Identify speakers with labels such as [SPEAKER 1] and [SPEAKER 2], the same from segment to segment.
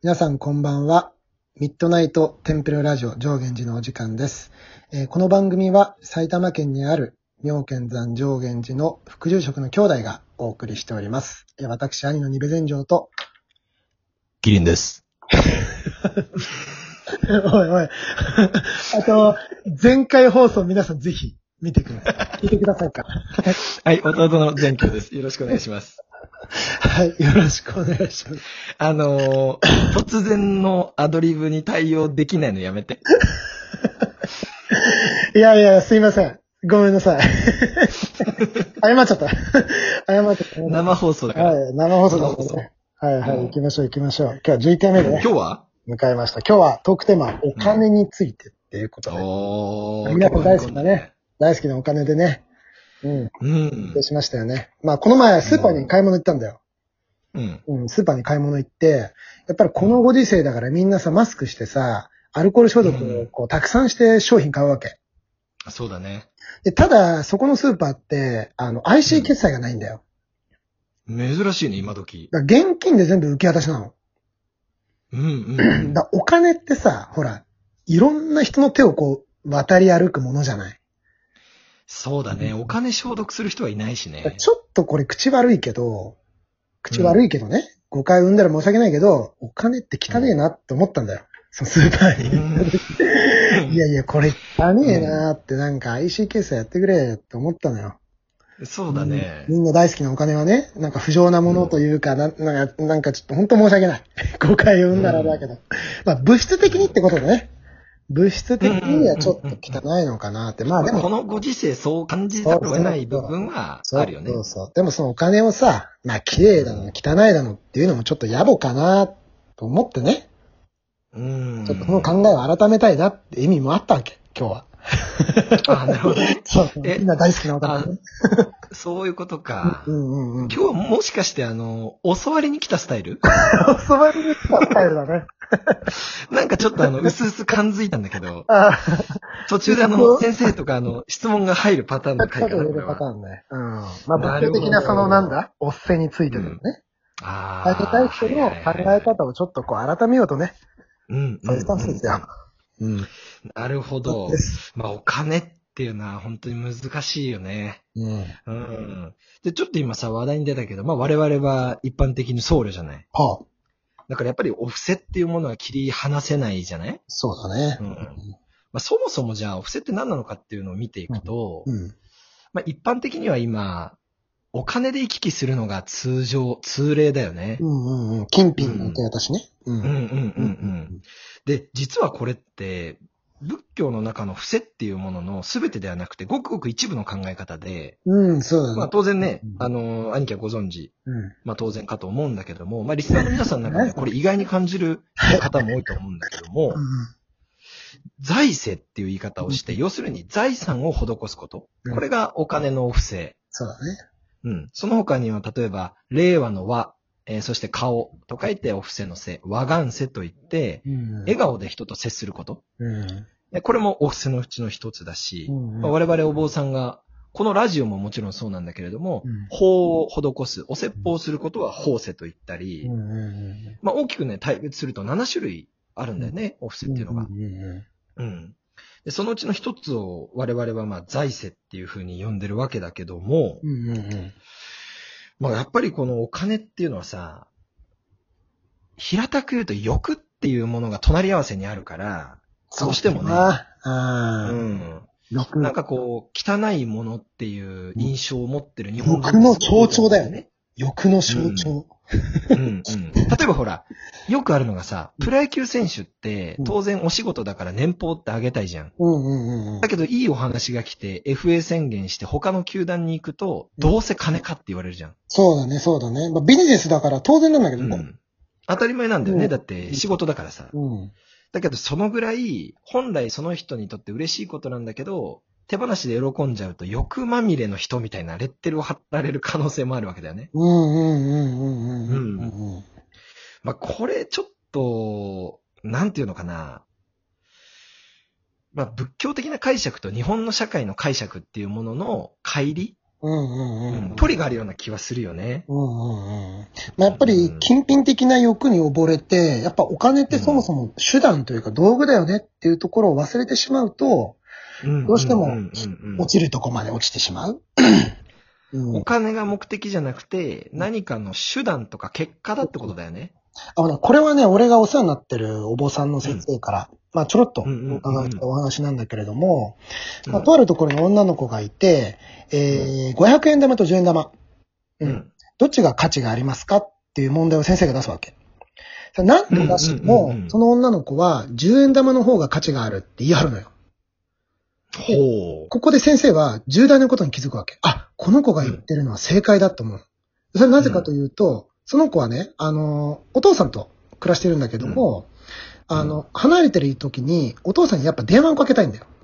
[SPEAKER 1] 皆さんこんばんは。ミッドナイトテンプルラジオ上元寺のお時間です。この番組は埼玉県にある妙見山上元寺の副住職の兄弟がお送りしております。私、兄のニベゼンジョーと、
[SPEAKER 2] キリンです。
[SPEAKER 1] おいおい。前回放送皆さんぜひ見てください。聞いてくださいか。
[SPEAKER 2] はい、弟の善教です。よろしくお願いします。
[SPEAKER 1] はい、よろしくお願いします。
[SPEAKER 2] 突然のアドリブに対応できないのやめて。
[SPEAKER 1] いや、すいません。ごめんなさい。謝っちゃった。
[SPEAKER 2] 生放送だから。
[SPEAKER 1] はい、生放送だからね。はい、行きましょう。今日は11回目でね。
[SPEAKER 2] 今日は
[SPEAKER 1] 迎えました。今日はトークテーマ、お金についてっていうことで。皆さん大好きなね。大好きなお金でね。しましたよね。まあ、この前スーパーに買い物行ったんだよ。スーパーに買い物行って、やっぱりこのご時世だからみんなさ、マスクしてさ、アルコール消毒をたくさんして商品買うわけ。
[SPEAKER 2] そうだね。
[SPEAKER 1] で、ただ、そこのスーパーって、IC 決済がないんだよ。
[SPEAKER 2] 珍しいね、今時。
[SPEAKER 1] だから現金で全部受け渡しなの。だお金ってさ、ほら、いろんな人の手を渡り歩くものじゃない。
[SPEAKER 2] そうだね。お金消毒する人はいないしね。
[SPEAKER 1] ちょっとこれ口悪いけどね、誤解を生んだら申し訳ないけど、お金って汚ねえなって思ったんだよ。そのスーパーに。いや、これ汚ねえなってなんか IC 決済やってくれって思ったのよ。
[SPEAKER 2] そうだね。
[SPEAKER 1] みんな大好きなお金はね、なんか不浄なものというか、なんかちょっと本当申し訳ない。誤解を生んだらだけど。まあ物質的にってことでね。物質的にはちょっと汚いのかなって。まあでも。
[SPEAKER 2] このご時世そう感じざるを得ない部分はあるよね。
[SPEAKER 1] そう。でもそのお金をさ、まあ綺麗だの、汚いだのっていうのもちょっと野暮かなと思ってね。ちょっとこの考えを改めたいなって意味もあったわけ、今日は。
[SPEAKER 2] なるほどね。
[SPEAKER 1] そう。みんな大好きなお金ね。
[SPEAKER 2] そういうことか。今日もしかして教わりに来たスタイル
[SPEAKER 1] 教わりに来たスタイルだね。
[SPEAKER 2] なんかちょっとうすうす感づいたんだけど、途中で先生とか質問が入るパターンの回かな。
[SPEAKER 1] パターンね。まあ、仏教的なおっせについてのね。大切な人の考え方をちょっと改めようとね。そういうスタンスですよ。
[SPEAKER 2] なるほど。まあ、お金っていうのは本当に難しいよね。で、ちょっと今さ、話題に出たけど、まあ我々は一般的に僧侶じゃない。だからやっぱりお布施っていうものは切り離せないじゃない？
[SPEAKER 1] そうだね。
[SPEAKER 2] まあそもそもじゃあお布施って何なのかっていうのを見ていくと、まあ一般的には今、お金で行き来するのが通例だよね。
[SPEAKER 1] 金品の受け渡しね。
[SPEAKER 2] で、実はこれって、仏教の中の布施っていうものの全てではなくて、ごくごく一部の考え方で、
[SPEAKER 1] そうだね。
[SPEAKER 2] まあ当然ね、兄貴はご存知、まあ当然かと思うんだけども、まあリスナーの皆さんの中でこれ意外に感じる方も多いと思うんだけども、財政っていう言い方をして、要するに財産を施すこと。これがお金のお布施。
[SPEAKER 1] そうだね。
[SPEAKER 2] その他には例えば、令和の和、そして顔と書いてお布施の施、和願施といって、笑顔で人と接すること。これもお布施のうちの一つだし、我々お坊さんが、このラジオももちろんそうなんだけれども、法を施す、お説法することは法施と言ったり、まあ大きくね、対別すると7種類あるんだよね、お布施っていうのが。でそのうちの一つを我々はまあ財政っていうふうに呼んでるわけだけども、まあやっぱりこのお金っていうのはさ、平たく言うと欲っていうものが隣り合わせにあるから、どうしてもね、なんか汚いものっていう印象を持ってる日本人、
[SPEAKER 1] 欲の象徴だよね。欲の象徴。
[SPEAKER 2] 例えばほら、よくあるのがさ、プロ野球選手って当然お仕事だから年俸ってあげたいじゃん。だけどいいお話が来て FA 宣言して他の球団に行くと、どうせ金かって言われるじゃん。
[SPEAKER 1] そうだね。まあ、ビジネスだから当然なんだけどね。
[SPEAKER 2] 当たり前なんだよね。だって仕事だからさ。だけどそのぐらい、本来その人にとって嬉しいことなんだけど、手放しで喜んじゃうと欲まみれの人みたいなレッテルを貼られる可能性もあるわけだよね。まあこれちょっと、なんていうのかな。まあ仏教的な解釈と日本の社会の解釈っていうものの乖離距離があるような気はするよね。
[SPEAKER 1] やっぱり、金品的な欲に溺れて、やっぱお金ってそもそも手段というか道具だよねっていうところを忘れてしまうと、どうしても落ちるとこまで落ちてしまう。
[SPEAKER 2] お金が目的じゃなくて、何かの手段とか結果だってことだよね。
[SPEAKER 1] これはね、俺がお世話になってるお坊さんの先生から、ちょろっと伺ったお話なんだけれども、とあるところに女の子がいて、500円玉と10円玉。どっちが価値がありますかっていう問題を先生が出すわけ。なんと出しても、その女の子は10円玉の方が価値があるって言い張るのよ。ここで先生は重大なことに気づくわけ。この子が言ってるのは正解だと思う。それなぜかというと、その子はね、お父さんと暮らしてるんだけども、離れてる時に、お父さんにやっぱ電話をかけたいんだよ。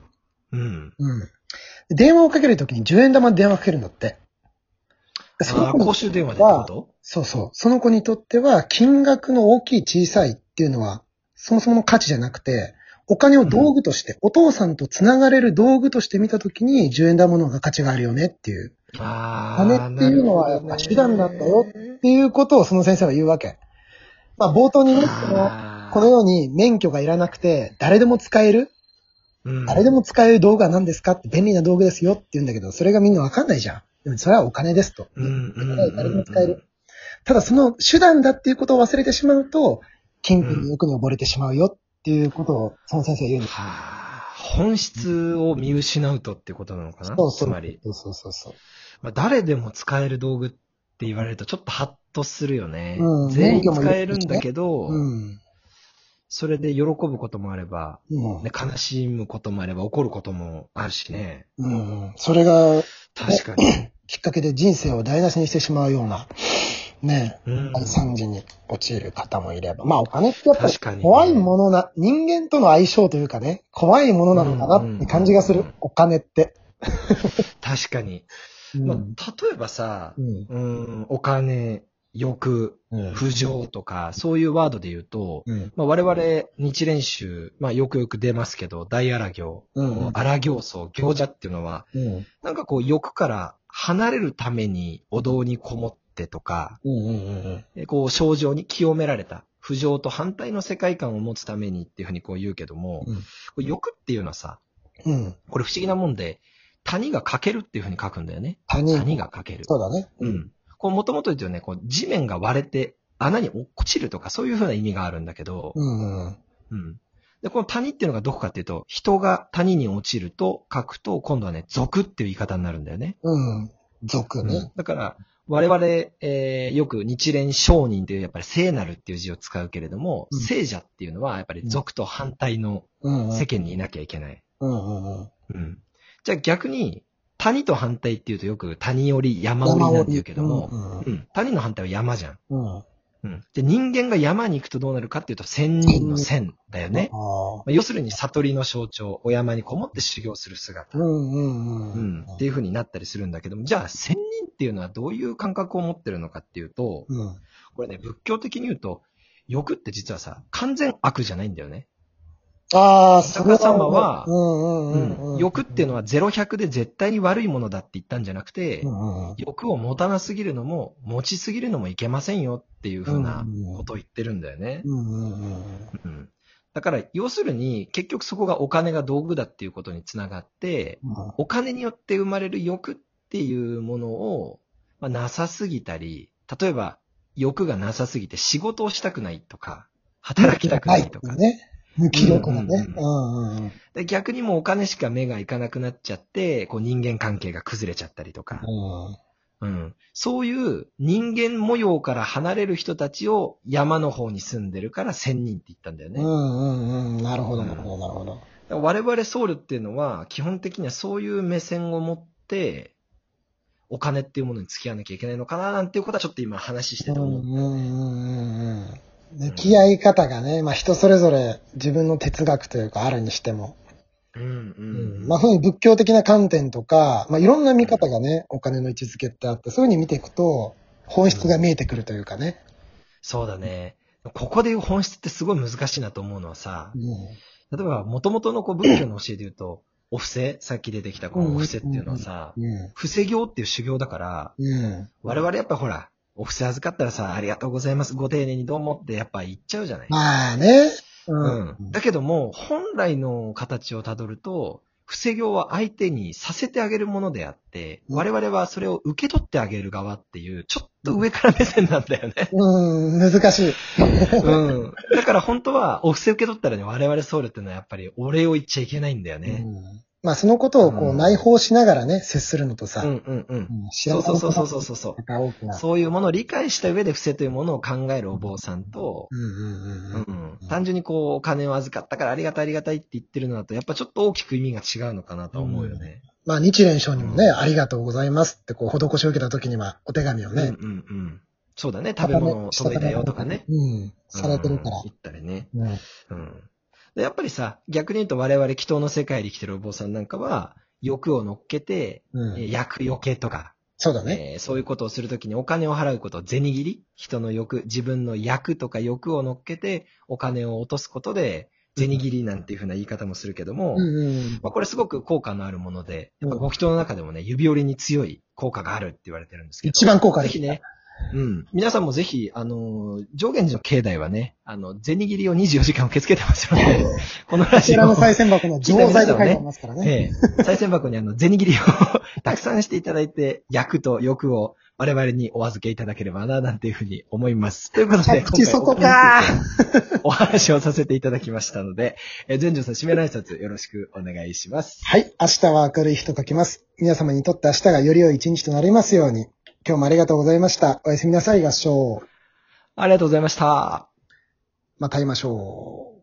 [SPEAKER 1] 電話をかける時に10円玉で電話かけるんだって。
[SPEAKER 2] 公衆電話でってこと？
[SPEAKER 1] そうそう。その子にとっては、金額の大きい小さいっていうのは、そもそもの価値じゃなくて、お金を道具として、お父さんと繋がれる道具として見た時に、10円玉の方が価値があるよねっていう。金っていうのはやっぱ手段なんだよっていうことをその先生は言うわけ。冒頭にね、このように免許がいらなくて、誰でも使える、誰でも使える道具は何ですかって便利な道具ですよって言うんだけど、それがみんなわかんないじゃん。でもそれはお金ですと。誰でも使える。ただその手段だっていうことを忘れてしまうと、金品に欲に溺れてしまうよっていうことをその先生は言うんです。
[SPEAKER 2] 本質を見失うとっていうことなのかな？つまり。誰でも使える道具って言われるとちょっとハッとするよね。全員使えるんだけど、それで喜ぶこともあれば、悲しむこともあれば怒ることもあるしね。
[SPEAKER 1] それが、
[SPEAKER 2] 確かに。
[SPEAKER 1] きっかけで人生を台無しにしてしまうような、大惨事に陥る方もいれば。お金ってやっぱり怖いものな、人間との相性というかね、怖いものなのかなって感じがする、お金って。
[SPEAKER 2] 確かに。例えばさ、お金、欲、不浄とか、そういうワードで言うと、我々日蓮宗、よくよく出ますけど、大荒行、荒行僧、行者っていうのは、なんか欲から離れるためにお堂にこもってとか、清浄に清められた、不浄と反対の世界観を持つためにっていうふうに言うけども、欲っていうのはさ、これ不思議なもんで、谷が欠けるっていうふうに書くんだよね。谷が欠ける。
[SPEAKER 1] そうだね。
[SPEAKER 2] もともと言うとね、地面が割れて穴に落ちるとかそういうふうな意味があるんだけど、で、この谷っていうのがどこかっていうと、人が谷に落ちると書くと、今度はね、俗っていう言い方になるんだよね。
[SPEAKER 1] 俗ね。
[SPEAKER 2] だから、我々、よく日蓮聖人というやっぱり聖なるっていう字を使うけれども、聖者っていうのはやっぱり俗と反対の世間にいなきゃいけない。じゃあ逆に、谷と反対っていうとよく谷より山降りなんて言うけども、谷の反対は山じゃん。で、人間が山に行くとどうなるかっていうと、仙人の仙だよね。要するに悟りの象徴、お山にこもって修行する姿。っていう風になったりするんだけども、じゃあ仙人っていうのはどういう感覚を持ってるのかっていうと、これね、仏教的に言うと、欲って実はさ、完全悪じゃないんだよね。お釈迦様は、欲っていうのは0-100で絶対に悪いものだって言ったんじゃなくて、欲を持たなすぎるのも、持ちすぎるのもいけませんよっていうふうなことを言ってるんだよね。だから、要するに、結局そこがお金が道具だっていうことにつながって、お金によって生まれる欲っていうものを、なさすぎたり、例えば、欲がなさすぎて仕事をしたくないとか、働きたくないとか。
[SPEAKER 1] 無気力だね。
[SPEAKER 2] で逆にもうお金しか目がいかなくなっちゃって、人間関係が崩れちゃったりとか。そういう人間模様から離れる人たちを山の方に住んでるから仙人って言ったんだよね。
[SPEAKER 1] なるほど、なるほど、なるほど。
[SPEAKER 2] 我々僧侶っていうのは基本的にはそういう目線を持って、お金っていうものに付き合わなきゃいけないのかななんていうことはちょっと今話してて思った。
[SPEAKER 1] 向き合い方がね、人それぞれ自分の哲学というかあるにしても。そういう仏教的な観点とか、いろんな見方がね、お金の位置づけってあって、そういう風に見ていくと、本質が見えてくるというかね。
[SPEAKER 2] そうだね。ここでいう本質ってすごい難しいなと思うのはさ、例えば元々の仏教の教えで言うと、 お布施、さっき出てきたこのお布施っていうのはさ、布施業っていう修行だから、我々やっぱほら、お布施預かったらさ、ありがとうございます、ご丁寧にどうもってやっぱ言っちゃうじゃない。
[SPEAKER 1] まあね。
[SPEAKER 2] だけども、本来の形をたどると、布施業は相手にさせてあげるものであって、我々はそれを受け取ってあげる側っていう、ちょっと上から目線なんだよね。
[SPEAKER 1] 難しい。
[SPEAKER 2] だから本当は、お布施受け取ったらね、我々僧侶っていうのはやっぱりお礼を言っちゃいけないんだよね。
[SPEAKER 1] まあそのことをこう内包しながらね、接するのとさ。
[SPEAKER 2] そう。そういうものを理解した上で布施というものを考えるお坊さんと、単純にこうお金を預かったからありがたいありがたいって言ってるのだと、やっぱちょっと大きく意味が違うのかなと思うよね。
[SPEAKER 1] まあ日蓮聖にもね、ありがとうございますってこう施しを受けた時にはお手紙をね。
[SPEAKER 2] そうだね、食べ物届いたよとかね。
[SPEAKER 1] されてるから。
[SPEAKER 2] 言ったりね。でやっぱりさ、逆に言うと我々祈祷の世界で生きてるお坊さんなんかは、欲を乗っけて、厄除けとか、
[SPEAKER 1] そうだね。
[SPEAKER 2] そういうことをするときにお金を払うこと、銭切り、人の欲、自分の厄とか欲を乗っけてお金を落とすことで、銭切りなんていうふうな言い方もするけども、これすごく効果のあるもので、やっぱご祈祷の中でもね、指折りに強い効果があるって言われてるんですけど。
[SPEAKER 1] 一番効果的。
[SPEAKER 2] ぜひね、皆さんもぜひ、上源寺の境内はね、銭切りを24時間受け付けてますので、このラジオ。
[SPEAKER 1] こちらの賽銭箱の錠剤で書いてありますからね。
[SPEAKER 2] 賽銭箱に銭切りをたくさんしていただいて、厄と欲を我々にお預けいただければな、なんていうふうに思います。ということで、
[SPEAKER 1] 口そこか
[SPEAKER 2] お話をさせていただきましたので、全城さん締めの挨拶よろしくお願いします。
[SPEAKER 1] はい。明日は明るい日と書きます。皆様にとって明日がより良い一日となりますように。今日もありがとうございました。おやすみなさい、合唱。
[SPEAKER 2] ありがとうございました。
[SPEAKER 1] また会いましょう。